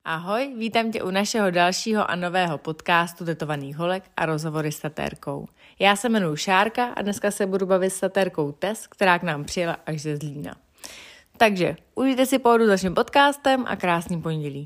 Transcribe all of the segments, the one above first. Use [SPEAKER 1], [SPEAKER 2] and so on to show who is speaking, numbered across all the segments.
[SPEAKER 1] Ahoj, vítám tě u našeho dalšího a nového podcastu Tetovaných holek a rozhovory s tatérkou. Já se jmenuji Šárka a dneska se budu bavit s tatérkou Tess, která k nám přijela až ze Zlína. Takže užijte si pohodu s naším podcastem a krásný pondělí.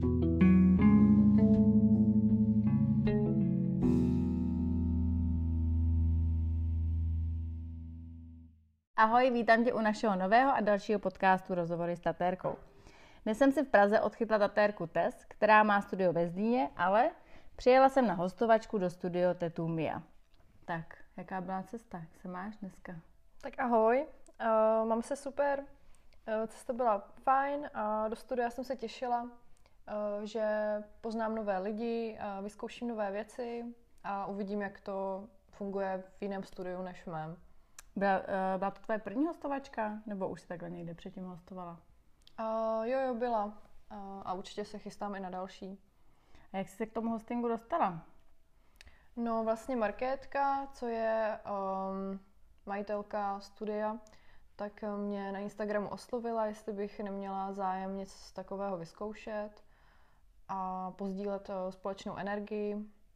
[SPEAKER 1] Ahoj, vítám tě u našeho nového a dalšího podcastu Rozhovory s tatérkou. Dnes jsem si v Praze odchytla tatérku Tess, která má studio ve Zlíně, ale přijela jsem na hostovačku do studio tetu Mia. Tak, jaká byla cesta? Jak se máš dneska?
[SPEAKER 2] Tak ahoj, mám se super, cesta byla fajn a do studia jsem se těšila, že poznám nové lidi, vyzkouším nové věci a uvidím, jak to funguje v jiném studiu než v mém.
[SPEAKER 1] Byla to tvoje první hostovačka, nebo už jsi takhle někde předtím hostovala?
[SPEAKER 2] Jo, byla. A určitě se chystám i na další.
[SPEAKER 1] A jak jsi se k tomu hostingu dostala?
[SPEAKER 2] No vlastně Markétka, co je majitelka studia, tak mě na Instagramu oslovila, jestli bych neměla zájem něco takového vyzkoušet a pozdílet společnou energii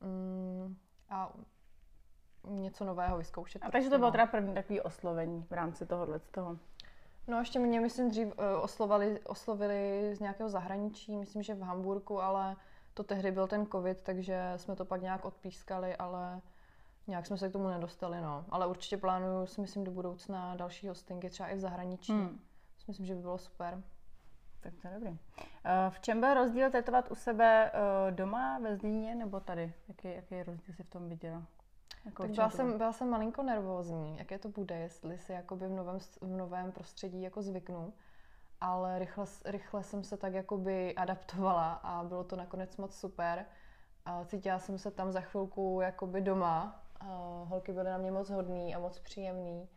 [SPEAKER 2] a něco nového vyzkoušet.
[SPEAKER 1] A takže to bylo teda první takový oslovení v rámci tohoto.
[SPEAKER 2] No ještě mě, myslím, dřív oslovili z nějakého zahraničí, myslím, že v Hamburku, ale to tehdy byl ten covid, takže jsme to pak nějak odpískali, ale nějak jsme se k tomu nedostali, no. Ale určitě plánuju si, myslím, do budoucna další hostingy, třeba i v zahraničí. Myslím, že by bylo super.
[SPEAKER 1] Tak to je dobrý. V čem byl rozdíl tetovat u sebe doma ve Zlíně nebo tady? Jaký rozdíl jsi v tom viděla?
[SPEAKER 2] Tak byla jsem malinko nervózní, jaké to bude, jestli si jakoby v novém prostředí jako zvyknu, ale rychle jsem se tak jakoby adaptovala a bylo to nakonec moc super. Cítila jsem se tam za chvilku jakoby doma, holky byly na mě moc hodný a moc příjemný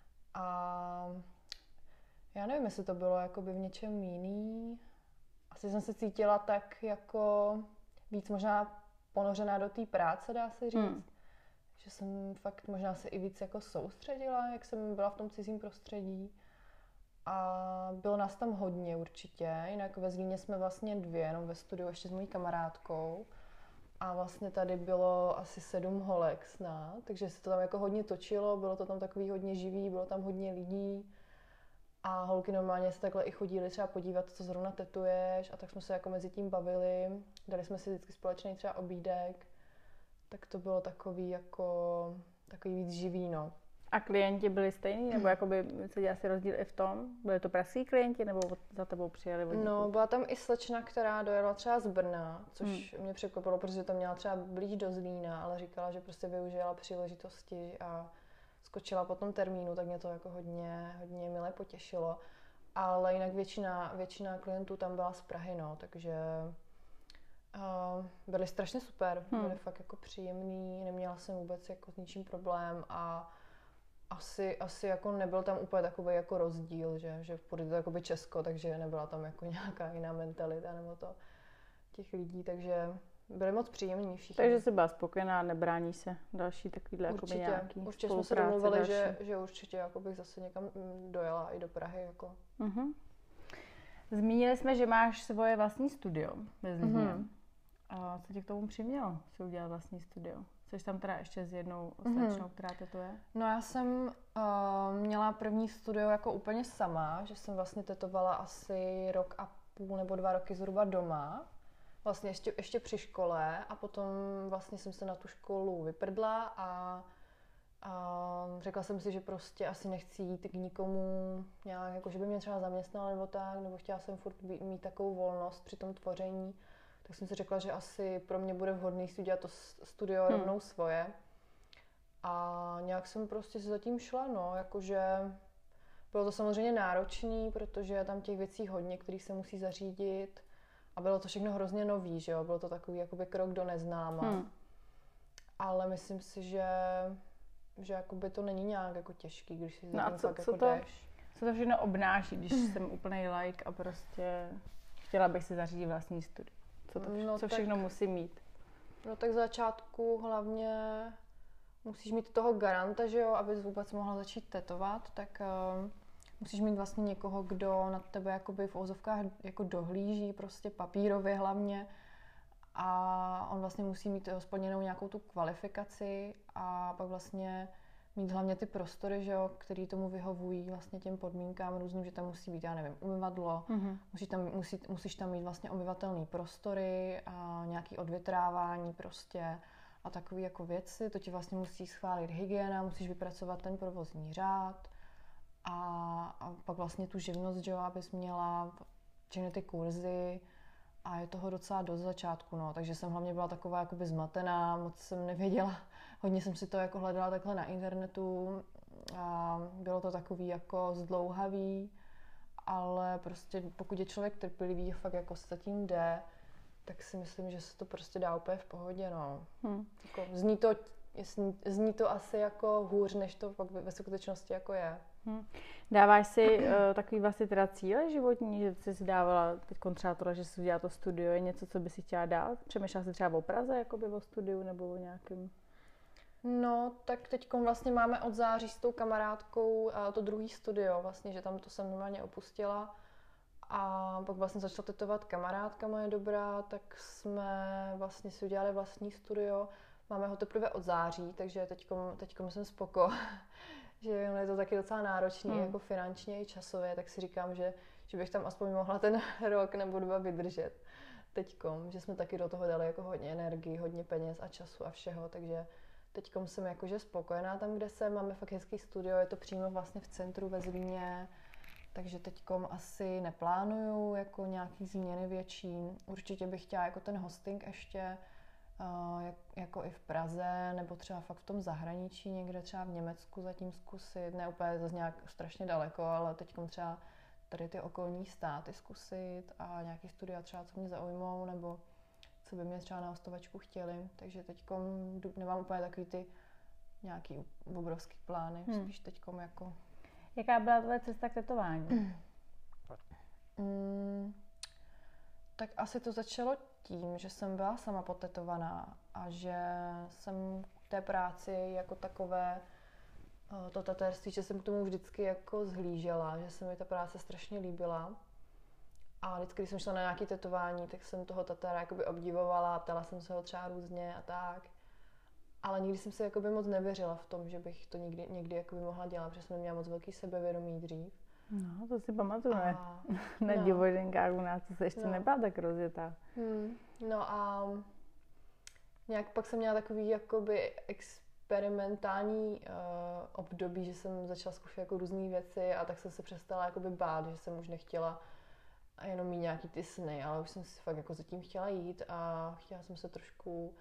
[SPEAKER 2] a já nevím, jestli to bylo jakoby v něčem jiný. Asi jsem se cítila tak jako víc možná ponořená do té práce, dá se říct. Že jsem fakt možná se i víc jako soustředila, jak jsem byla v tom cizím prostředí. A bylo nás tam hodně určitě, jinak ve Zlíně jsme vlastně dvě, jenom ve studiu ještě s mojí kamarádkou. A vlastně tady bylo asi 7 holek snad, takže se to tam jako hodně točilo, bylo to tam takový hodně živý, bylo tam hodně lidí. A holky normálně se takhle i chodily třeba podívat, co zrovna tetuješ, a tak jsme se jako mezi tím bavili. Dali jsme si vždycky společný třeba obídek. Tak to bylo takový víc živý, no.
[SPEAKER 1] A klienti byli stejní? Nebo jakoby se dělá si rozdíl i v tom? Byli to pražský klienti, nebo za tebou přijeli?
[SPEAKER 2] No, byla tam i slečna, která dojela třeba z Brna, což mě překvapilo, protože to měla třeba blíž do Zlína, ale říkala, že prostě využila příležitosti a skočila po tom termínu, tak mě to jako hodně mile potěšilo. Ale jinak většina klientů tam byla z Prahy, no, takže byli strašně super, byli fakt jako příjemný, neměla jsem vůbec jako s ničím problém a asi jako nebyl tam úplně takový jako rozdíl, že je to jakoby Česko, takže nebyla tam jako nějaká jiná mentalita nebo to těch lidí, takže byli moc příjemní všichni.
[SPEAKER 1] Takže jsi byla spokojená, nebráníš se další takovýhle jakoby nějaký
[SPEAKER 2] určitě jsme se domluvili, že určitě jako bych zase někam dojela i do Prahy jako.
[SPEAKER 1] Zmínili jsme, že máš svoje vlastní studio ve Zlíně. A co tě k tomu přimělo si udělat vlastní studio? Jsi tam teda ještě s jednou slečnou, která tetuje?
[SPEAKER 2] No já jsem měla první studio jako úplně sama, že jsem vlastně tetovala asi 1,5 roku nebo 2 roky zhruba doma. Vlastně ještě při škole a potom vlastně jsem se na tu školu vyprdla a řekla jsem si, že prostě asi nechci jít k nikomu nějak, jako že by mě třeba zaměstnal nebo tak, nebo chtěla jsem furt mít takovou volnost při tom tvoření. Tak jsem si řekla, že asi pro mě bude vhodný si udělat to studio rovnou svoje. A nějak jsem prostě se zatím šla, no, jakože bylo to samozřejmě náročný, protože je tam těch věcí hodně, kterých se musí zařídit. A bylo to všechno hrozně nový, že jo, bylo to takový jakoby krok do neznáma. Ale myslím si, že jakoby to není nějak jako těžký, když si zatím fakt jako jdeš.
[SPEAKER 1] Co to všechno obnáší, když jsem úplnej like a prostě chtěla bych si zařídit vlastní studio? Co všechno musí mít?
[SPEAKER 2] No tak v začátku hlavně musíš mít toho garanta, že jo, abys vůbec mohla začít tetovat, tak musíš mít vlastně někoho, kdo nad tebe jakoby v uvozovkách jako dohlíží, prostě papírově hlavně. A on vlastně musí mít splněnou nějakou tu kvalifikaci a pak vlastně mít hlavně ty prostory, že jo, který tomu vyhovují vlastně těm podmínkám různým, že tam musí být, já nevím, umyvadlo, musíš tam mít vlastně obyvatelné prostory a nějaký odvětrávání prostě a takové jako věci. To ti vlastně musí schválit hygiena, musíš vypracovat ten provozní řád a pak vlastně tu živnost, že jo, abys měla všechny ty kurzy. A je toho docela dost začátku, no. Takže jsem hlavně byla taková jakoby zmatená, moc jsem nevěděla. Hodně jsem si to jako hledala takhle na internetu a bylo to takový jako zdlouhavý, ale prostě pokud je člověk trpělivý, fakt jako se tím jde, tak si myslím, že se to prostě dá úplně v pohodě, no. Jako, zní to asi jako hůř, než to pak ve skutečnosti jako je.
[SPEAKER 1] Dáváš si takový vlastně teda cíle životní, že jsi si dávala teď třeba to, že jsi udělala to studio, je něco, co by si chtěla dát? Přemýšlela jsi třeba o Praze, jakoby o studiu nebo o nějakém?
[SPEAKER 2] No, tak teď vlastně máme od září s tou kamarádkou to druhý studio, vlastně, že tam to jsem normálně opustila. A pak vlastně začala tetovat kamarádka moje dobrá, tak jsme vlastně si udělali vlastní studio. Máme ho teprve od září, takže teďkom jsem spoko. Že je to taky docela náročný, jako finančně i časově, tak si říkám, že bych tam aspoň mohla ten rok nebo 2 vydržet teďkom, že jsme taky do toho dali jako hodně energii, hodně peněz a času a všeho, takže teďkom jsem jakože spokojená tam, kde jsem, máme fakt hezký studio, je to přímo vlastně v centru ve Zlíně, takže teďkom asi neplánuju jako nějaký změny větší, určitě bych chtěla jako ten hosting ještě, jako i v Praze, nebo třeba fakt v tom zahraničí, někde třeba v Německu zatím zkusit, ne úplně zase nějak strašně daleko, ale teďkom třeba tady ty okolní státy zkusit a nějaký studia třeba, co mě zaujmou, nebo co by mě třeba na hostovačku chtěli, takže teďkom nemám úplně takový ty nějaký obrovský plány, spíš teďkom jako...
[SPEAKER 1] Jaká byla tvoje cesta k tetování?
[SPEAKER 2] Tak asi to začalo tím, že jsem byla sama potetovaná a že jsem k té práci jako takové to tatérství, že jsem k tomu vždycky jako zhlížela, že se mi ta práce strašně líbila. A vždycky, když jsem šla na nějaké tetování, tak jsem toho tatéra jakoby obdivovala, ptala jsem se ho třeba různě a tak. Ale nikdy jsem si jakoby moc nevěřila v tom, že bych to někdy jakoby mohla dělat, protože jsem měla moc velký sebevědomí dřív.
[SPEAKER 1] No, to si pamatuju, na divoženkách u nás, to se ještě nebyla tak rozjetá.
[SPEAKER 2] No a nějak pak jsem měla takový jakoby experimentální období, že jsem začala zkoušet jako různé věci a tak jsem se přestala jakoby bát, že jsem už nechtěla jenom mít nějaký ty sny, ale už jsem si fakt jako zatím chtěla jít a chtěla jsem se trošku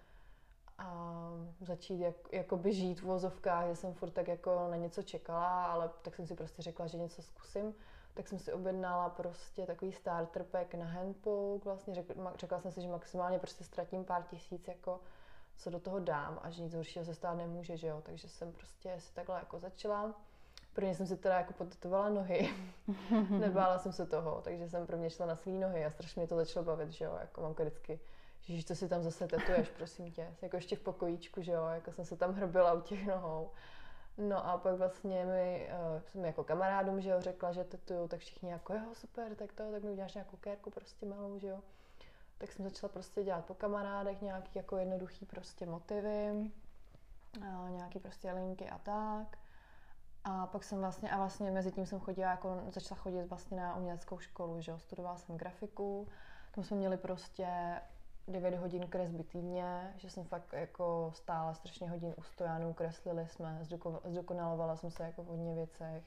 [SPEAKER 2] začít jakoby žít v uvozovkách, že jsem furt tak jako na něco čekala, ale tak jsem si prostě řekla, že něco zkusím. Tak jsem si objednala prostě takový starter pack na handpoke, vlastně řekla jsem si, že maximálně prostě ztratím pár tisíc, jako co do toho dám a že nic horšího se stát nemůže, že jo, takže jsem prostě si takhle jako začala. Prvně jsem si teda jako potetovala nohy, nebála jsem se toho, takže jsem prvně šla na svý nohy a strašně mě to začalo bavit, že jo, jako mamka vždycky, Ježíš, co si tam zase tetuješ, prosím tě, jako ještě v pokojíčku, že jo, jako jsem se tam hrbila u těch nohou. No a pak vlastně jsem jako kamarádům, že jo, řekla, že tetuju, tak všichni jako, jo, super, tak mi uděláš nějakou kérku prostě malou, že jo. Tak jsem začala prostě dělat po kamarádech nějaký jako jednoduchý prostě motivy, nějaký prostě linky a tak. A pak jsem vlastně mezi tím jsem začala chodit vlastně na uměleckou školu, že jo, studovala jsem grafiku, tam jsme měli prostě 9 hodin kresby týdně, že jsem fakt jako stála strašně hodin u stojánů, kreslili jsme, zdokonalovala jsem se jako v hodně věcech.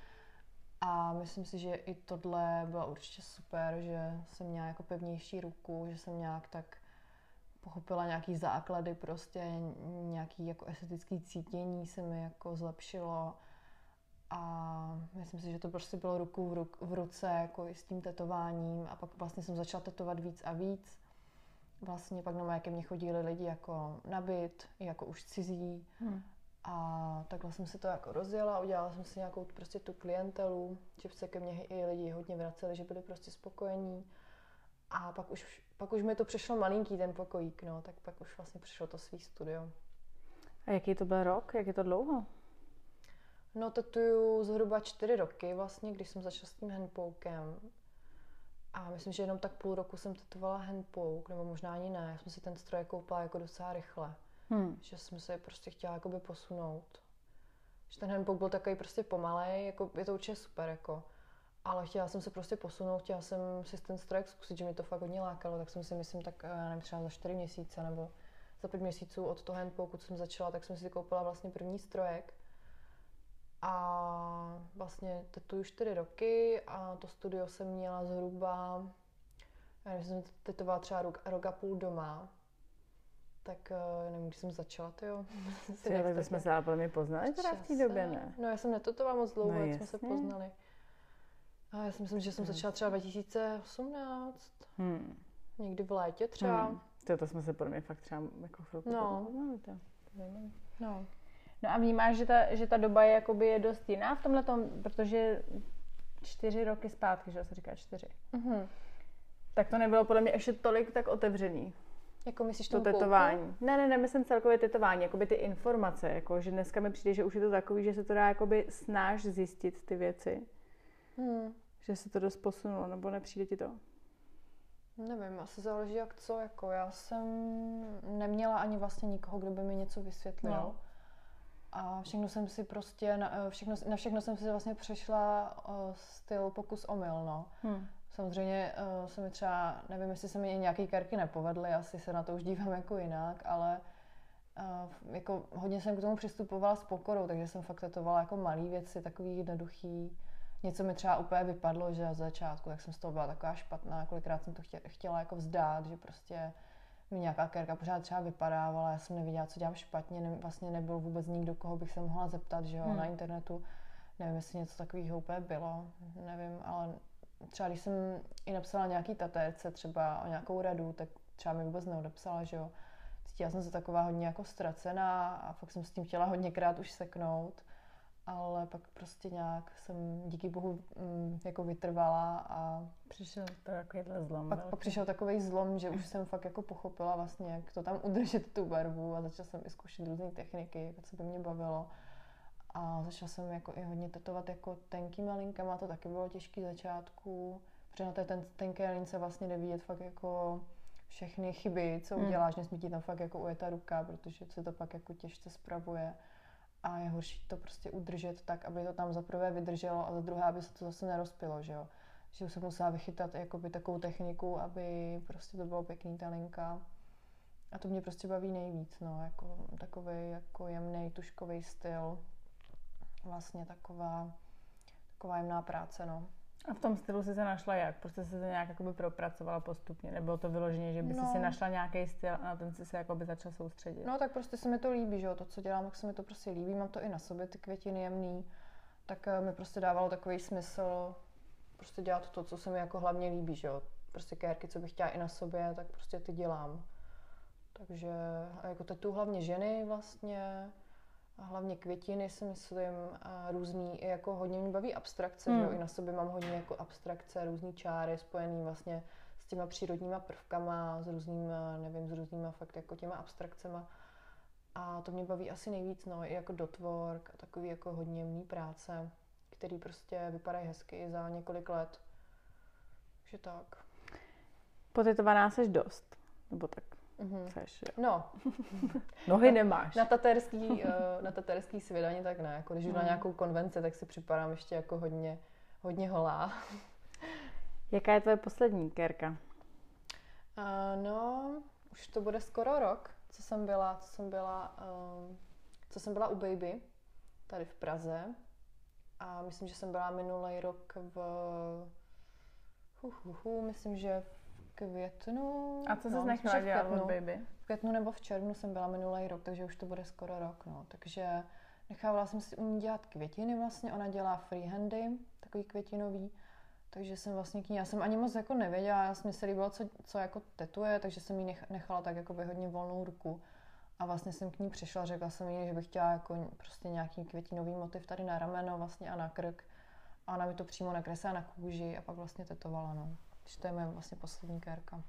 [SPEAKER 2] A myslím si, že i tohle bylo určitě super, že jsem měla jako pevnější ruku, že jsem nějak tak pochopila nějaký základy, prostě nějaký jako estetický cítění se mi jako zlepšilo. A myslím si, že to prostě bylo ruku v ruce jako i s tím tetováním a pak vlastně jsem začala tetovat víc a víc. Vlastně pak na ke mně chodili lidi jako na byt, jako už cizí. A takhle jsem si to jako rozjela, udělala jsem si nějakou prostě tu klientelu, že se ke mně i lidi hodně vraceli, že byli prostě spokojení. A pak už mi to přišlo malinký ten pokojík, no, tak pak už vlastně přišlo to svý studio.
[SPEAKER 1] A jaký to byl rok? Jak je to dlouho?
[SPEAKER 2] No, tetuju zhruba 4 roky vlastně, když jsem začala s tím handpokem. A myslím, že jenom tak půl roku jsem tetovala handpoke, nebo možná ani ne. Já jsem si ten stroj koupila jako docela rychle. Že jsem se prostě chtěla jakoby posunout. Že ten handpoke byl takový prostě pomalej, jako je to určitě super, jako. Ale chtěla jsem se prostě posunout, chtěla jsem si ten strojek zkusit, že mi to fakt hodně lákalo, tak jsem si myslím, tak já nevím, třeba za 4 měsíce nebo za 5 měsíců od toho handpoke, co jsem začala, tak jsem si koupila vlastně první strojek. A vlastně tetuju 4 roky a to studio jsem měla zhruba, já nevím, jsem tetovala třeba rok a půl doma. Tak nevím, když jsem začala, to jo.
[SPEAKER 1] Tak to jsme se ale podle mě poznali teda v té době, ne?
[SPEAKER 2] No já jsem netetovala moc dlouho, jak jsme se poznali. A já si myslím, že jsem začala třeba 2018. Někdy v létě třeba.
[SPEAKER 1] To jsme se podle mě fakt třeba jako chvilku poznali. To zajímavé. No a vnímáš, že ta doba je, jakoby je dost jiná v tomhletom, protože 4 roky zpátky, že se říká 4. Tak to nebylo podle mě ještě tolik tak otevřený.
[SPEAKER 2] Jako myslíš
[SPEAKER 1] to tetování? Ne, myslím celkově tetování, jakoby ty informace, jako, že dneska mi přijde, že už je to takový, že se to dá jakoby snáš zjistit ty věci. Že se to dost posunulo, nebo nepřijde ti to?
[SPEAKER 2] Nevím, asi záleží jak co, jako já jsem neměla ani vlastně nikoho, kdo by mi něco vysvětlil. No. A všechno jsem si prostě, na všechno jsem si vlastně přešla styl pokus omyl, no. Samozřejmě se mi třeba, nevím, jestli se mi nějaký kérky nepovedly, asi se na to už dívám jako jinak, ale jako hodně jsem k tomu přistupovala s pokorou, takže jsem fakt tetovala jako malý věci, takový jednoduchý. Něco mi třeba úplně vypadlo, že za začátku, tak jsem z toho byla taková špatná, kolikrát jsem to chtěla jako vzdát, že prostě mi nějaká kérka pořád třeba vypadávala, já jsem nevěděla, co dělám špatně, vlastně nebyl vůbec nikdo, koho bych se mohla zeptat, že jo, na internetu. Nevím, jestli něco takového úplně bylo, nevím, ale třeba když jsem i napsala nějaký tatérce třeba o nějakou radu, tak třeba mi vůbec neodepsala, že jo. Cítila jsem se taková hodně jako ztracená a fakt jsem s tím chtěla hodněkrát už seknout, ale pak prostě nějak jsem díky bohu jako vytrvala a
[SPEAKER 1] přišel takovýhle zlom.
[SPEAKER 2] Pak přišel takovej zlom, že už jsem fakt jako pochopila vlastně, jak to tam udržet tu barvu a začala jsem i zkoušet různé techniky, jako co by mě bavilo. A začala jsem jako i hodně tetovat jako tenkýma linkama, to taky bylo těžký začátku, protože na té tenké lince vlastně jde vidět fakt jako všechny chyby, co uděláš, nesmí ti tam fakt jako ujetá ruka, protože se to pak jako těžce spravuje. A je horší to prostě udržet tak, aby to tam za prvé vydrželo a za druhé, aby se to zase nerozpilo, že jo. Že už jsem musela vychytat jakoby takovou techniku, aby prostě to bylo pěkný ta linka. A to mě prostě baví nejvíc, no, jako takovej jako jemnej tuškový styl. Vlastně taková jemná práce, no.
[SPEAKER 1] A v tom stylu jsi se našla jak? Prostě jsi se nějak jakoby propracovala postupně? Nebylo to vyloženě, že by si našla nějaký styl a na ten si se jakoby začala soustředit?
[SPEAKER 2] No tak prostě se mi to líbí, že jo, to, co dělám, tak se mi to prostě líbí, mám to i na sobě, ty květiny jemný, tak mi prostě dávalo takový smysl prostě dělat to, co se mi jako hlavně líbí, že jo. Prostě kérky, co bych chtěla i na sobě, tak prostě ty dělám. Takže jako tetuju hlavně ženy vlastně, a hlavně květiny si myslím, a různý, jako hodně mě baví abstrakce, že jo, i na sobě mám hodně jako abstrakce, různý čáry spojený vlastně s těma přírodníma prvkama, s různýma fakt jako těma abstrakcema. A to mě baví asi nejvíc, no, i jako dotwork a takový jako hodně jemný práce, který prostě vypadají hezky za několik let. Takže tak.
[SPEAKER 1] Potetovaná seš dost, nebo tak? Seš, jo.
[SPEAKER 2] No.
[SPEAKER 1] Nohy nemáš.
[SPEAKER 2] Na taterský svědaní tak ne. Jako když jdu na nějakou konvenci, tak si připadám ještě jako hodně holá.
[SPEAKER 1] Jaká je tvoje poslední kérka?
[SPEAKER 2] No, už to bude skoro rok, co jsem byla u Baby, tady v Praze. A myslím, že jsem byla minulý rok myslím, že v květnu.
[SPEAKER 1] A co jsi nechala dělat od Baby?
[SPEAKER 2] V květnu nebo v červnu jsem byla minulý rok, takže už to bude skoro rok, no. Takže nechávala jsem si u ní dělat květiny vlastně, ona dělá freehandy, takový květinový. Takže jsem vlastně k ní, já jsem ani moc jako nevěděla, já jsem mi se líbilo, co jako tetuje, takže jsem jí nechala tak jako hodně volnou ruku. A vlastně jsem k ní přišla, řekla jsem jí, že bych chtěla jako prostě nějaký květinový motiv tady na rameno vlastně a na krk. A ona mi to přímo nakreslila na kůži a pak vlastně tetovala, no. Takže to je moje vlastně poslední kérka.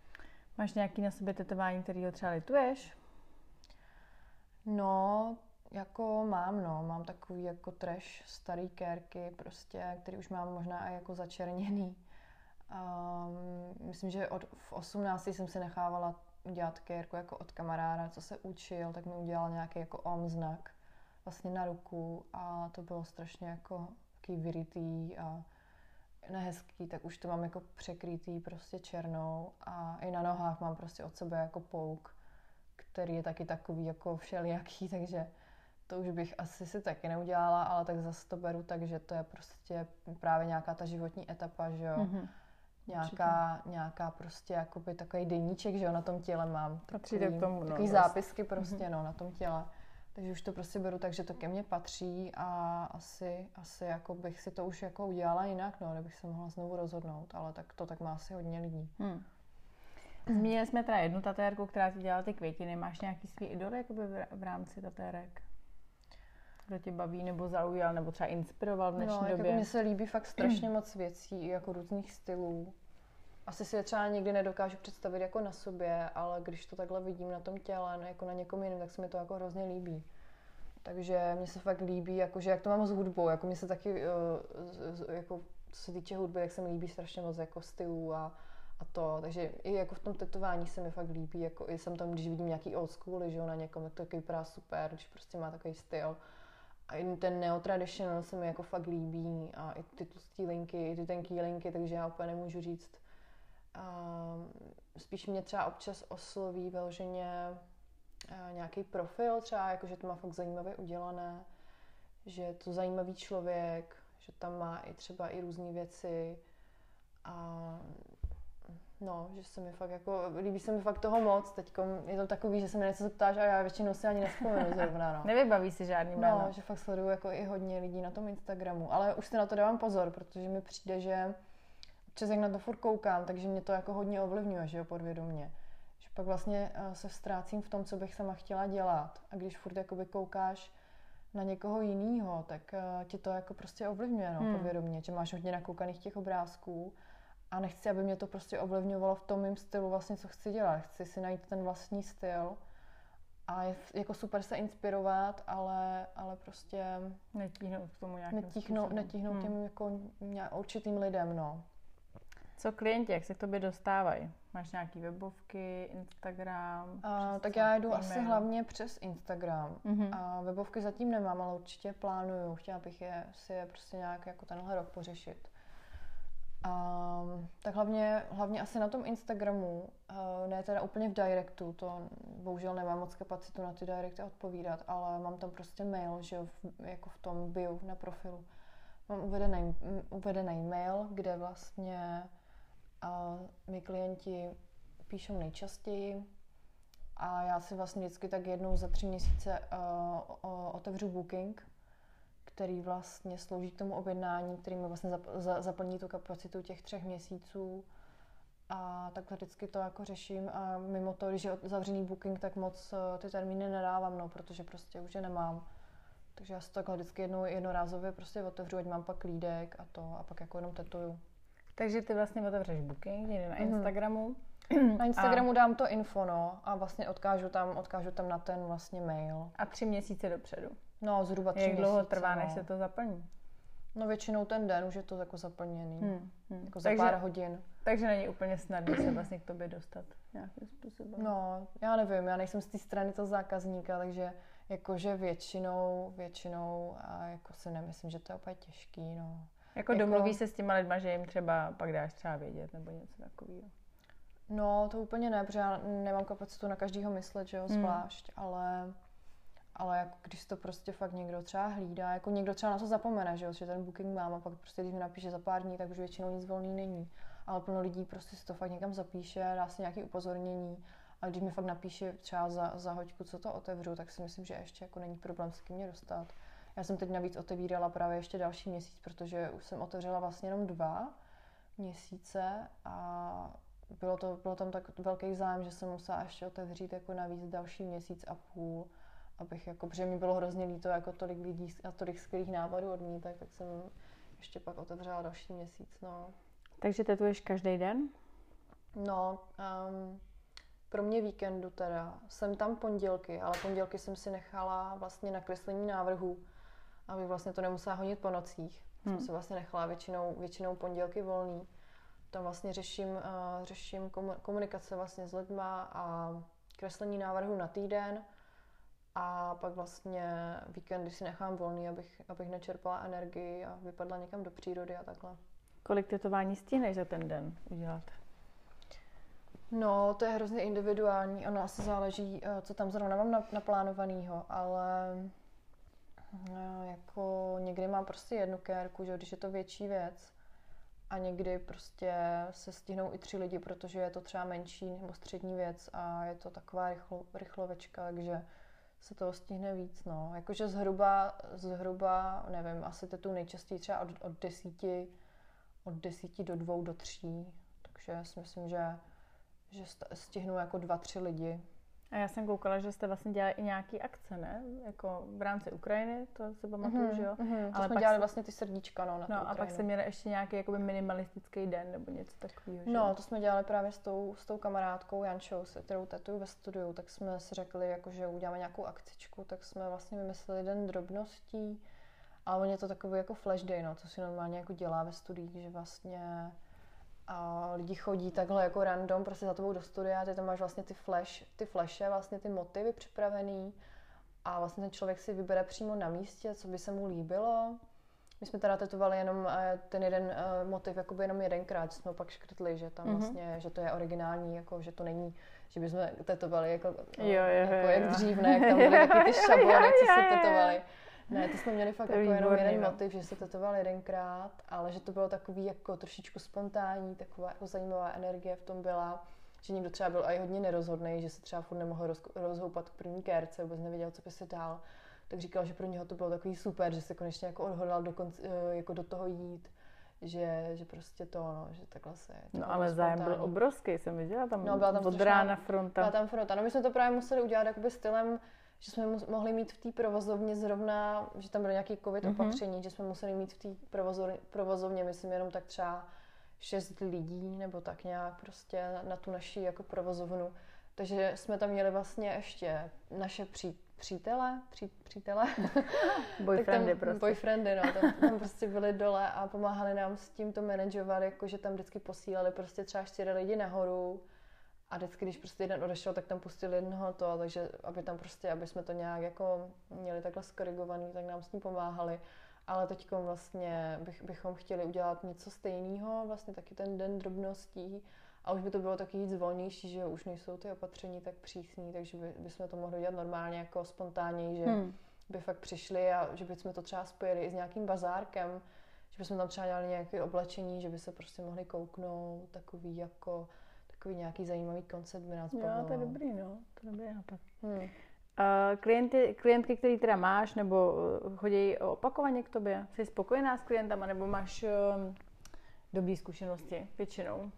[SPEAKER 1] Máš nějaký na sobě tetování, kterýho třeba lituješ?
[SPEAKER 2] No, Jako mám takový jako trash starý kérky prostě, který už mám možná i jako začerněný. Myslím, že v 18 jsem si nechávala udělat kérku jako od kamaráda, co se učil, tak mi udělal nějaký jako znak vlastně na ruku a to bylo strašně jako takový vyrytý a nehezký, tak už to mám jako překrytý prostě černou a i na nohách mám prostě od sebe jako pouk, který je taky takový jako všelijaký, takže to už bych asi si taky neudělala, ale tak zase to beru, takže to je prostě právě nějaká ta životní etapa, že jo.
[SPEAKER 1] Mm-hmm.
[SPEAKER 2] Nějaká prostě jakoby takový deníček, že jo, na tom těle mám. Takový zápisky prostě, na tom těle. Takže už to prostě beru tak, že to ke mně patří a asi jako bych si to už jako udělala jinak, kdybych se mohla znovu rozhodnout, ale tak to tak má asi hodně lidí.
[SPEAKER 1] Zmínili jsme teda jednu tatérku, která ti dělala ty květiny. Máš nějaký svý idol jakoby v rámci tatérek? Kdo tě baví nebo zaujal, nebo třeba inspiroval v dnešní době?
[SPEAKER 2] Jako mně se líbí fakt strašně moc věcí, jako různých stylů. Asi si je třeba nikdy nedokážu představit jako na sobě, ale když to takhle vidím na tom těle, jako na někom jiném, tak se mi to jako hrozně líbí. Takže mně se fakt líbí, jakože jak to mám s hudbou, jako mně se taky, jako co se týče hudby, tak se mi líbí strašně moc jako stylů a to, takže i jako v tom tetování se mi fakt líbí, jako i jsem tam, když vidím nějaký old schooly, že jo, na někom, tak to vypadá super, když prostě má takový styl. A i ten neo-traditional se mi jako fakt líbí a i ty tlustý linky, i ty tenký linky, takže já úplně nemůžu říct. Spíš mě třeba občas osloví vyloženě nějaký profil třeba, jakože to má fakt zajímavě udělané, že je to zajímavý člověk, že tam má i třeba i různé věci a že se mi fakt jako, líbí se mi fakt toho moc, teďkom je to takový, že se mi něco zeptáš a já většinou si ani nevzpomenu zrovna,
[SPEAKER 1] Nevybaví si žádný jméno.
[SPEAKER 2] Že fakt sleduju jako i hodně lidí na tom Instagramu, ale už si na to dávám pozor, protože mi přijde, že občas jak na to furt koukám, takže mě to jako hodně ovlivňuje, že jo, podvědomě. Že pak vlastně se ztrácím v tom, co bych sama chtěla dělat a když furt jakoby koukáš na někoho jinýho, tak ti to jako prostě ovlivňuje, podvědomě, že máš hodně nakoukaných těch obrázků a nechci, aby mě to prostě ovlivňovalo v tom mým stylu vlastně, co chci dělat. Chci si najít ten vlastní styl a je jako super se inspirovat, ale prostě
[SPEAKER 1] netíhnout k tomu nějakým
[SPEAKER 2] netíhnout těm jako určitým lidem,
[SPEAKER 1] Co klienti, jak se k tobě dostávají? Máš nějaký webovky, Instagram?
[SPEAKER 2] Tak já jdu asi hlavně přes Instagram. A webovky zatím nemám, ale určitě plánuju. Chtěla bych si je prostě nějak jako tenhle rok pořešit. Tak hlavně asi na tom Instagramu, ne teda úplně v directu, to bohužel nemám moc kapacitu na ty directy odpovídat, ale mám tam prostě mail, že jako v tom bio na profilu. Mám uvedený mail, kde vlastně mi klienti píšou nejčastěji a já si vlastně vždycky tak jednou za 3 měsíce otevřu booking, který vlastně slouží k tomu objednání, který mi vlastně zaplní tu kapacitu těch 3 měsíců. A takhle vždycky to jako řeším a mimo to, když je zavřený booking, tak moc ty termíny nedávám, protože prostě už je nemám. Takže já si to takhle vždycky jednorázově prostě otevřu, ať mám pak lídek a pak jako jenom tetuju.
[SPEAKER 1] Takže ty vlastně otevřeš booking někde na Instagramu.
[SPEAKER 2] Na Instagramu dám to info, a vlastně odkážu tam na ten vlastně mail.
[SPEAKER 1] A 3 měsíce dopředu.
[SPEAKER 2] Zhruba 3 měsíce.
[SPEAKER 1] Jak dlouho trvá, než se to zaplní?
[SPEAKER 2] Většinou ten den už je to jako zaplněný. Jako za pár hodin.
[SPEAKER 1] Takže není úplně snadné se vlastně k tobě dostat nějakým způsobem.
[SPEAKER 2] Já nevím, já nejsem z té strany toho zákazníka, takže jakože většinou a jako si nemyslím, že to je úplně těžký,
[SPEAKER 1] Jako domluví se s těma lidma, že jim třeba pak dáš třeba vědět nebo něco takového?
[SPEAKER 2] To úplně ne, protože já nemám kapacitu na každýho myslet, že jo, zvlášť, ale jako když to prostě fakt někdo třeba hlídá, jako někdo třeba na to zapomene, že ten booking mám a pak prostě když mi napíše za pár dní, tak už většinou nic volný není. Ale plno lidí prostě si to fakt někam zapíše, dá si nějaké upozornění a když mi fakt napíše třeba za hoďku, co to otevřu, tak si myslím, že ještě jako není problém s kým mě dostat. Já jsem teď navíc otevírala právě ještě další měsíc, protože už jsem otevřela vlastně jenom 2 měsíce a bylo tam tak velký zájem, že jsem musela ještě otevřít jako navíc další měsíc a půl, abych jako, protože mi bylo hrozně líto jako tolik lidí a tolik skvělých nápadů odmítat, tak jsem ještě pak otevřela další měsíc,
[SPEAKER 1] Takže tetuješ každý den?
[SPEAKER 2] Pro mě víkendu teda. Jsem tam pondělky, ale pondělky jsem si nechala vlastně na kreslení návrhů, aby vlastně to nemusela honit po nocích. Jsem si vlastně nechala většinou pondělky volný. Tam vlastně řeším komunikace vlastně s lidma a kreslení návrhů na týden. A pak vlastně víkendy si nechám volný, abych nečerpala energii a vypadla někam do přírody a takhle.
[SPEAKER 1] Kolik tetování stihneš za ten den udělat?
[SPEAKER 2] No, to je hrozně individuální. Ono asi záleží, co tam zrovna mám naplánovanýho, ale jako někdy mám prostě jednu kérku, že když je to větší věc a někdy prostě se stihnou i 3 lidi, protože je to třeba menší nebo střední věc a je to taková rychlovečka, takže se toho stihne víc, no. Jakože zhruba, nevím, asi tu nejčastěji třeba od 10 do 2 do 3, takže si myslím, že stihnu jako 2-3 lidi.
[SPEAKER 1] A já jsem koukala, že jste vlastně dělali i nějaký akce, ne? Jako v rámci Ukrajiny, to si pamatuju, že jo?
[SPEAKER 2] Ale jsme dělali vlastně ty srdíčka, no, na tu
[SPEAKER 1] No
[SPEAKER 2] Ukrajinu.
[SPEAKER 1] a pak jste měli ještě nějaký jakoby minimalistický den nebo něco takového, že?
[SPEAKER 2] No, to jsme dělali právě s tou kamarádkou Jančou, se kterou tetuju ve studiu, tak jsme si řekli, jako, že uděláme nějakou akcičku, tak jsme vlastně vymysleli den drobností, ale on je to takový jako flash day, no, co si normálně jako dělá ve studiích, že vlastně a lidi chodí takhle jako random prostě za tebou do studia, ty tam máš vlastně ty flashe, vlastně ty motivy připravený a vlastně ten člověk si vybere přímo na místě, co by se mu líbilo. My jsme teda tetovali jenom ten jeden motiv jakoby jenom jedenkrát, že jsme ho pak škrtli, že tam vlastně, že to je originální, jako, že to není, že bychom tetovali jako jak dřív, ne, jak tam byly taky ty šablony, co se tetovali. Ne, to jsme měli fakt jako jenom jeden motiv, že se tetoval jedenkrát, ale že to bylo takový jako trošičku spontánní, taková jako zajímavá energie v tom byla, že někdo třeba byl i hodně nerozhodný, že se třeba furt nemohl rozhoupat k první kérce, vůbec nevěděl, co by se dál. Tak říkal, že pro něho to bylo takový super, že se konečně jako odhodlal jako do toho jít, že prostě to, no, že takhle se...
[SPEAKER 1] No ale zájem byl obrovský, jsem viděla, tam,
[SPEAKER 2] byla tam
[SPEAKER 1] od rána fronta.
[SPEAKER 2] Byla tam fronta, no my jsme to právě museli udělat jakoby stylem, že jsme mohli mít v té provozovně zrovna, že tam byly nějaké covid opatření, že jsme museli mít v té provozovně, myslím, jenom tak třeba 6 lidí, nebo tak nějak prostě na tu naši jako provozovnu. Takže jsme tam měli vlastně ještě naše přítele,
[SPEAKER 1] boyfriendy prostě.
[SPEAKER 2] Boyfriendy, no, tam prostě byli dole a pomáhali nám s tím to manažovat, jakože tam vždycky posílali prostě třeba 4 lidi nahoru. A vždycky, když prostě jeden odešel, tak tam pustili jednoho to, takže aby jsme to nějak jako měli takhle skorigovaný, tak nám s tím pomáhali. Ale teď vlastně bychom chtěli udělat něco stejného, vlastně taky ten den drobností. A už by to bylo taky víc volnější, že už nejsou ty opatření tak přísný, takže bychom to mohli dělat normálně jako spontánně, že by fakt přišli a že bychom to třeba spojili i s nějakým bazárkem, že bychom tam třeba dělali nějaké oblečení, že by se prostě mohli kouknout, takový nějaký zajímavý koncept by nás bavilo.
[SPEAKER 1] Jo, to je dobrý, no. To je dobrý nápad. Klientky, který teda máš, nebo chodí opakovaně k tobě? Jsi spokojená s klientama, nebo máš dobré zkušenosti většinou?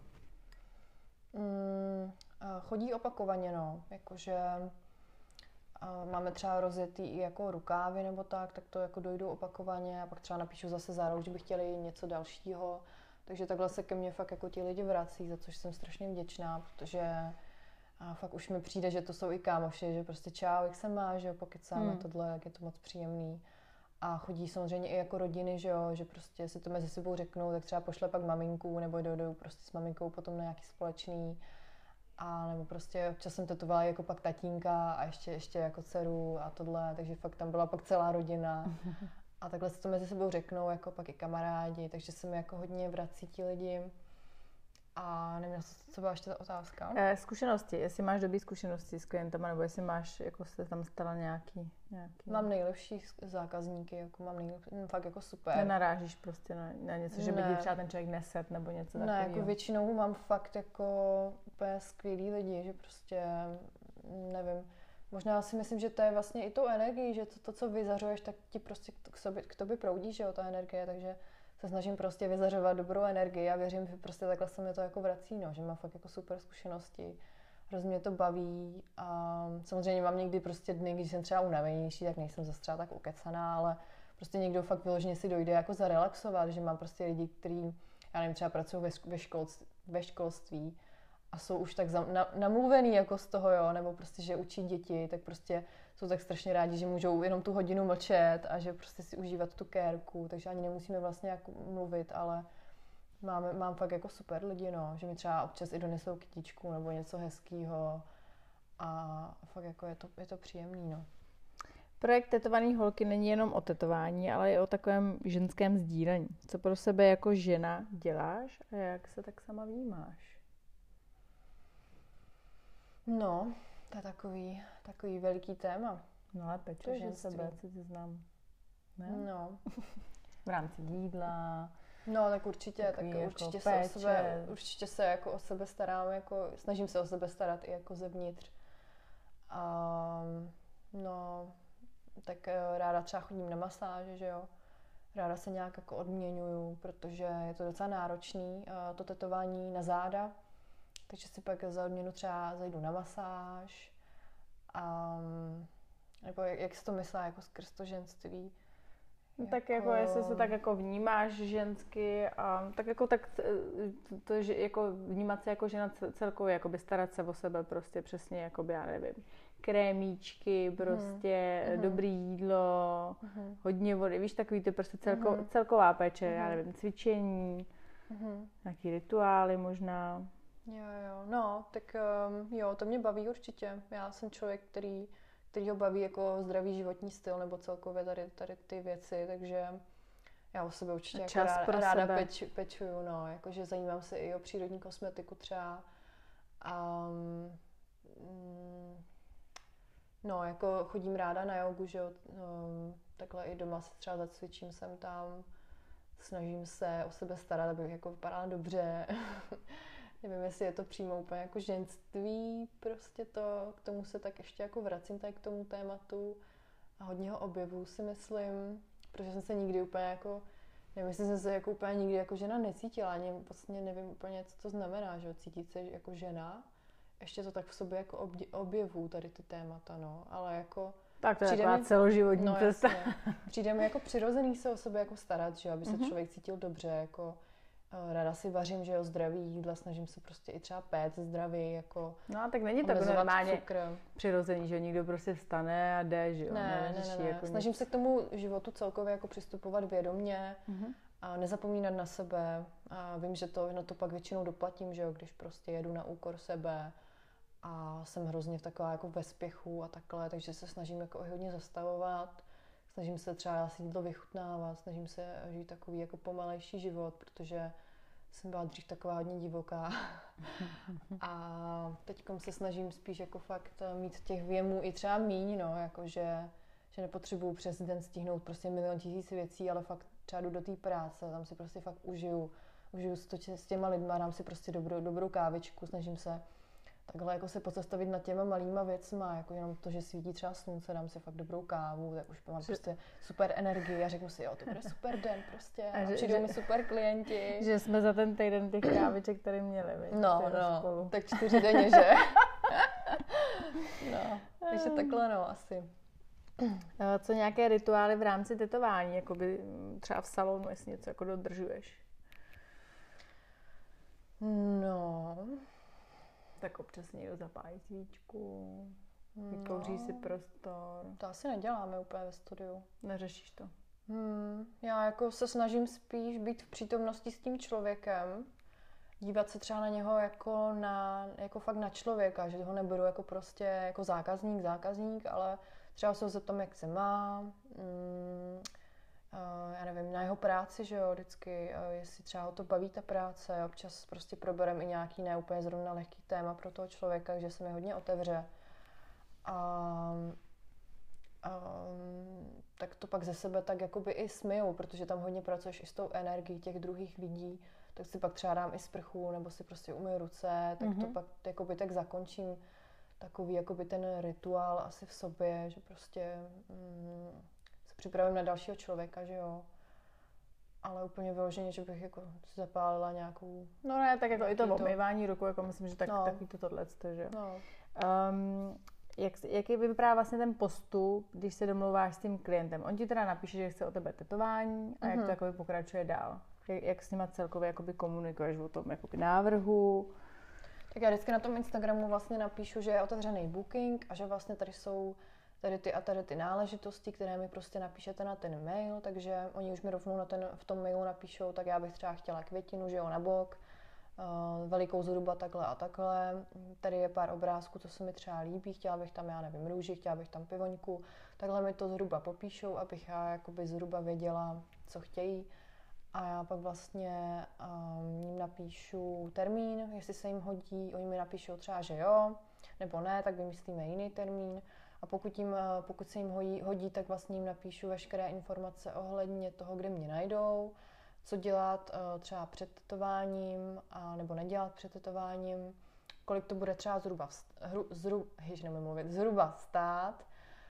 [SPEAKER 2] Chodí opakovaně, no. Jakože máme třeba rozjetý i jako rukávy nebo tak to jako dojdou opakovaně a pak třeba napíšu zase za rok, že by chtěli něco dalšího. Takže takhle se ke mně fakt jako ti lidi vrací, za což jsem strašně vděčná, protože fakt už mi přijde, že to jsou i kámoši, že prostě čau, jak se máš, že jo, pokecáme tohle, jak je to moc příjemný. A chodí samozřejmě i jako rodiny, že jo, že prostě si to mezi sebou řeknou, tak třeba pošle pak maminku, nebo jdou prostě s maminkou potom na nějaký společný. A nebo prostě občas jsem tetovala jako pak tatínka a ještě jako dceru a tohle, takže fakt tam byla pak celá rodina. A takhle si to mezi sebou řeknou, jako pak i kamarádi, takže se mi jako hodně vrací ti lidi. A nevím, co byla ještě ta otázka?
[SPEAKER 1] Zkušenosti, jestli máš dobré zkušenosti s klientama, nebo jestli máš, jako se tam stala nějaký...
[SPEAKER 2] Mám nejlepší zákazníky, jako fakt jako super.
[SPEAKER 1] Nenarážíš prostě na něco, že by ti třeba ten člověk neset, nebo něco takového?
[SPEAKER 2] Ne, jako většinou mám fakt jako úplně skvělý lidi, že prostě, nevím, možná si myslím, že to je vlastně i tou energií, že to co vyzařuješ, tak ti prostě k tobě proudí, že jo, ta energie, takže se snažím prostě vyzařovat dobrou energii a věřím, že prostě takhle se mi to jako vrací, no, že mám fakt jako super zkušenosti. Hrozně mě to baví a samozřejmě mám někdy prostě dny, když jsem třeba unavenější, tak nejsem zase třeba tak ukecaná, ale prostě někdo fakt vyloženě si dojde jako zarelaxovat, že mám prostě lidi, kteří, já nevím, třeba pracují ve školství a jsou už tak namluvený jako z toho, jo, nebo prostě, že učí děti, tak prostě jsou tak strašně rádi, že můžou jenom tu hodinu mlčet a že prostě si užívat tu kérku, takže ani nemusíme vlastně jako mluvit, ale mám fakt jako super lidi, no, že mi třeba občas i donesou kytičku nebo něco hezkýho a fakt jako je to příjemný, no.
[SPEAKER 1] Projekt Tetovaný holky není jenom o tetování, ale i o takovém ženském sdílení. Co pro sebe jako žena děláš a jak se tak sama vnímáš?
[SPEAKER 2] No, to je takový veliký téma.
[SPEAKER 1] No ale pečeš o sebe, co ti znám. Ne?
[SPEAKER 2] No.
[SPEAKER 1] V rámci jídla.
[SPEAKER 2] No, tak určitě, určitě se jako o sebe starám, jako snažím se o sebe starat i jako zevnitř. No, tak ráda třeba chodím na masáže, že jo. Ráda se nějak jako odměňuju, protože je to docela náročný, to tetování na záda. Takže si pak za odměnu třeba zajdu na masáž. Nebo jak se to myslí, jako skrz to ženství.
[SPEAKER 1] Tak jako jestli se tak jako vnímáš žensky a tak jako to jako vnímat se jako žena celkově, jakoby starat se o sebe prostě přesně, jakoby já nevím, krémíčky, prostě dobrý jídlo, hodně vody, víš, takový to prostě celková péče, já nevím, cvičení, nějaký rituály možná.
[SPEAKER 2] Jo, no, tak jo, to mě baví určitě. Já jsem člověk, který ho baví jako zdravý životní styl nebo celkově tady ty věci, takže já o sebe určitě jako ráda pečuju, no, jakože zajímám se i o přírodní kosmetiku třeba. No, jako chodím ráda na jogu, že jo, takhle i doma se třeba zacvičím sem tam, snažím se o sebe starat, abych jako vypadala dobře. Nevím, jestli je to přímo úplně jako ženství, prostě to, k tomu se tak ještě jako vracím tady k tomu tématu a hodně ho objevuju, si myslím, protože jsem se nikdy úplně jako, nevím, jestli jsem se jako úplně nikdy jako žena necítila, ani vlastně nevím úplně, co to znamená, že cítit se jako žena, ještě to tak v sobě jako objevuju tady ty témata, no, ale jako
[SPEAKER 1] tak to je taková celoživotní cesta.
[SPEAKER 2] Přijde mi jako přirozený se o sebe jako starat, že aby se člověk cítil dobře, jako ráda si vařím, že jo, zdravý jídla, snažím se prostě i třeba péct zdravý, jako
[SPEAKER 1] no a tak není to normálně přirozený, že někdo prostě vstane a jde, že jo.
[SPEAKER 2] Ne. Jako snažím se k tomu životu celkově jako přistupovat vědomně a nezapomínat na sebe. A vím, že na to pak většinou doplatím, že jo, když prostě jedu na úkor sebe a jsem hrozně taková jako ve spěchu a takhle, takže se snažím jako hodně zastavovat. Snažím se třeba si jídlo vychutnávat, snažím se žít takový jako pomalejší život, protože jsem byla dřív taková hodně divoká. A teďkom se snažím spíš jako fakt mít těch věmů i třeba míň, no, jakože že nepotřebuju přes den stihnout prostě 1 000 000 věcí, ale fakt třeba jdu do té práce, tam si prostě fakt užiju s těma lidma, dám si prostě dobrou kávičku, snažím se takhle jako se pozastavit nad těma malýma věcma, jako jenom to, že svítí třeba slunce, dám si fakt dobrou kávu, tak už mám prostě super energii a řeknu si, jo, to bude super den prostě a přijdou mi super klienti.
[SPEAKER 1] Že jsme za ten týden těch káviček tady měli, víš?
[SPEAKER 2] No, tak 4 denně, že? No, takže takhle no, asi.
[SPEAKER 1] Co nějaké rituály v rámci tetování, jakoby třeba v salonu, jestli něco jako dodržuješ?
[SPEAKER 2] No...
[SPEAKER 1] Tak občas někdo zapálí svíčku, vykouří si prostor.
[SPEAKER 2] To asi neděláme úplně ve studiu.
[SPEAKER 1] Neřešíš to?
[SPEAKER 2] Já jako se snažím spíš být v přítomnosti s tím člověkem, dívat se třeba na něho jako fakt na člověka, že ho neberu jako prostě jako zákazník, ale třeba se ho zeptám, jak se má, já nevím, na jeho práci, že jo, vždycky, jestli třeba ho to baví ta práce, občas prostě proberem i nějaký neúplně zrovna lehký téma pro toho člověka, že se mi hodně otevře. Tak to pak ze sebe tak jakoby i smiju, protože tam hodně pracuješ i s tou energií těch druhých lidí, tak si pak třeba dám i sprchu, nebo si prostě umyju ruce, tak to pak jakoby tak zakončím takový jakoby ten rituál asi v sobě, že prostě připravím na dalšího člověka, že jo. Ale úplně vyloženě, že bych jako zapálila nějakou...
[SPEAKER 1] No ne, tak jako i to obmývání rukou, jako myslím, že takový to tohleto, že jo.
[SPEAKER 2] No.
[SPEAKER 1] Jaký vypadá vlastně ten postup, když se domlouváš s tím klientem? On ti teda napíše, že chce o tebe tetování a jak to jakoby pokračuje dál? Jak s nima celkově jakoby komunikuješ o tom jakoby návrhu?
[SPEAKER 2] Tak já vždycky na tom Instagramu vlastně napíšu, že je otevřený booking a že vlastně tady jsou tady ty náležitosti, které mi prostě napíšete na ten mail, takže oni už mi rovnou v tom mailu napíšou, tak já bych třeba chtěla květinu, že jo, na bok, velikou zhruba takhle a takhle. Tady je pár obrázků, co se mi třeba líbí, chtěla bych tam, já nevím, růži, chtěla bych tam pivoňku, takhle mi to zhruba popíšou, abych já jakoby zhruba věděla, co chtějí. A já pak vlastně jim napíšu termín, jestli se jim hodí, oni mi napíšou třeba, že jo, nebo ne, tak vymyslíme jiný termín. A pokud se jim hodí, tak vlastně jim napíšu veškeré informace ohledně toho, kde mě najdou, co dělat třeba před tetováním, nebo nedělat před tetováním, kolik to bude třeba zhruba stát.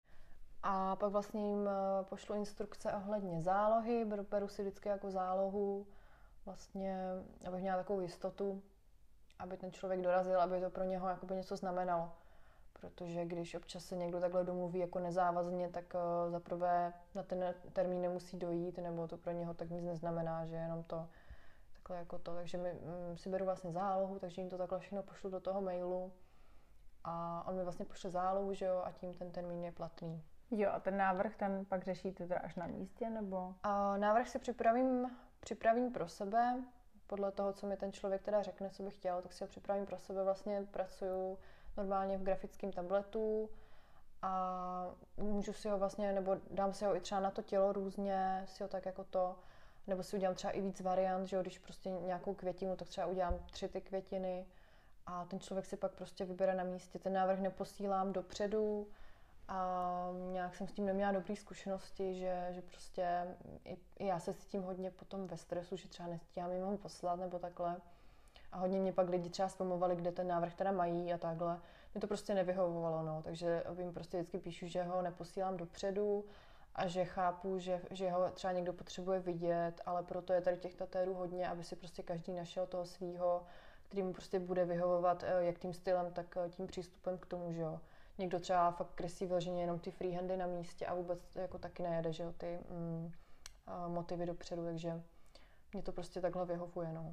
[SPEAKER 2] A pak vlastně jim pošlu instrukce ohledně zálohy, beru si vždycky jako zálohu, vlastně, abych měla takovou jistotu, aby ten člověk dorazil, aby to pro něho jakoby něco znamenalo. Protože když občas se někdo takhle domluví jako nezávazně, tak zaprvé na ten termín nemusí dojít, nebo to pro něho tak nic neznamená, že jenom to takhle jako to. Takže si beru vlastně zálohu, takže jim to takhle všechno pošlu do toho mailu a on mi vlastně pošle zálohu, že jo, a tím ten termín je platný.
[SPEAKER 1] Jo, a ten návrh, ten pak řešíte teda až na místě, nebo?
[SPEAKER 2] Návrh si připravím pro sebe, podle toho, co mi ten člověk teda řekne, co by chtěl, tak si ho připravím pro sebe, vlastně pracuju normálně v grafickém tabletu a můžu si ho vlastně, nebo dám si ho i třeba na to tělo různě, si ho tak jako to, nebo si udělám třeba i víc variant, že jo, když prostě nějakou květinu, tak třeba udělám 3 ty květiny a ten člověk si pak prostě vybere na místě. Ten návrh neposílám dopředu a nějak jsem s tím neměla dobré zkušenosti, že prostě i já se cítím hodně potom ve stresu, že třeba nestíhám jim ho poslat nebo takhle. A hodně mě pak lidi třeba spamovali, kde ten návrh teda mají a takhle. Mě to prostě nevyhovovalo, no. Takže jim prostě vždycky píšu, že ho neposílám dopředu a že chápu, že ho třeba někdo potřebuje vidět, ale proto je tady těch tatérů hodně, aby si prostě každý našel toho svýho, který mu prostě bude vyhovovat jak tím stylem, tak tím přístupem k tomu, že jo. Někdo třeba fakt kreslí vyloženě jenom ty freehandy na místě a vůbec jako taky nejede, že jo, ty motivy dopředu, takže mě to prostě takhle vyhovuje, no.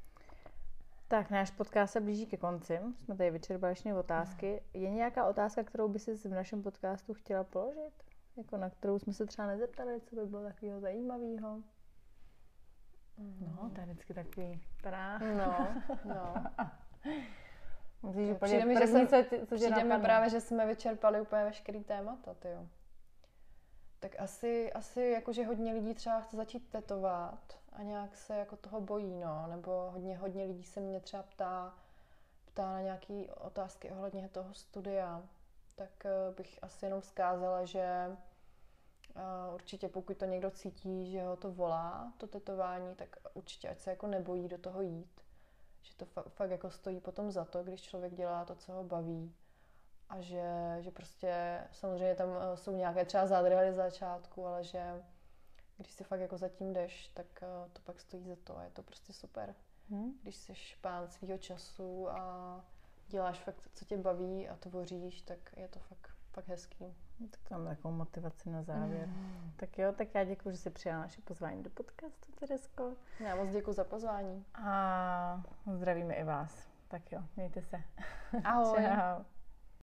[SPEAKER 1] Tak, náš podcast se blíží ke konci. Jsme tady vyčerpali všechny otázky. Je nějaká otázka, kterou by si v našem podcastu chtěla položit? Jako na kterou jsme se třeba nezeptali, co by bylo takového zajímavého? No, to je vždycky takový prách.
[SPEAKER 2] No.
[SPEAKER 1] Musíš
[SPEAKER 2] přijde mi, přijde mi právě, že jsme vyčerpali úplně veškerý témata, tyjo. Tak asi jakože hodně lidí třeba chce začít tetovat a nějak se jako toho bojí, no, nebo hodně lidí se mě třeba ptá na nějaké otázky ohledně toho studia, tak bych asi jenom vzkázala, že určitě pokud to někdo cítí, že ho to volá, to tetování, tak určitě ať se jako nebojí do toho jít, že to fakt jako stojí potom za to, když člověk dělá to, co ho baví. A že prostě samozřejmě tam jsou nějaké třeba zádrhely z začátku, ale že když si fakt jako zatím jdeš, tak to pak stojí za to a je to prostě super. Když jsi pán svýho času a děláš fakt, co tě baví a tvoříš, tak je to fakt hezký.
[SPEAKER 1] Tak mám takovou motivaci na závěr. Tak jo, tak já děkuji, že jsi přijala naše pozvání do podcastu, Teresko.
[SPEAKER 2] Já moc děkuji za pozvání.
[SPEAKER 1] A zdravíme i vás. Tak jo, mějte se.
[SPEAKER 2] Ahoj.
[SPEAKER 1] Čau.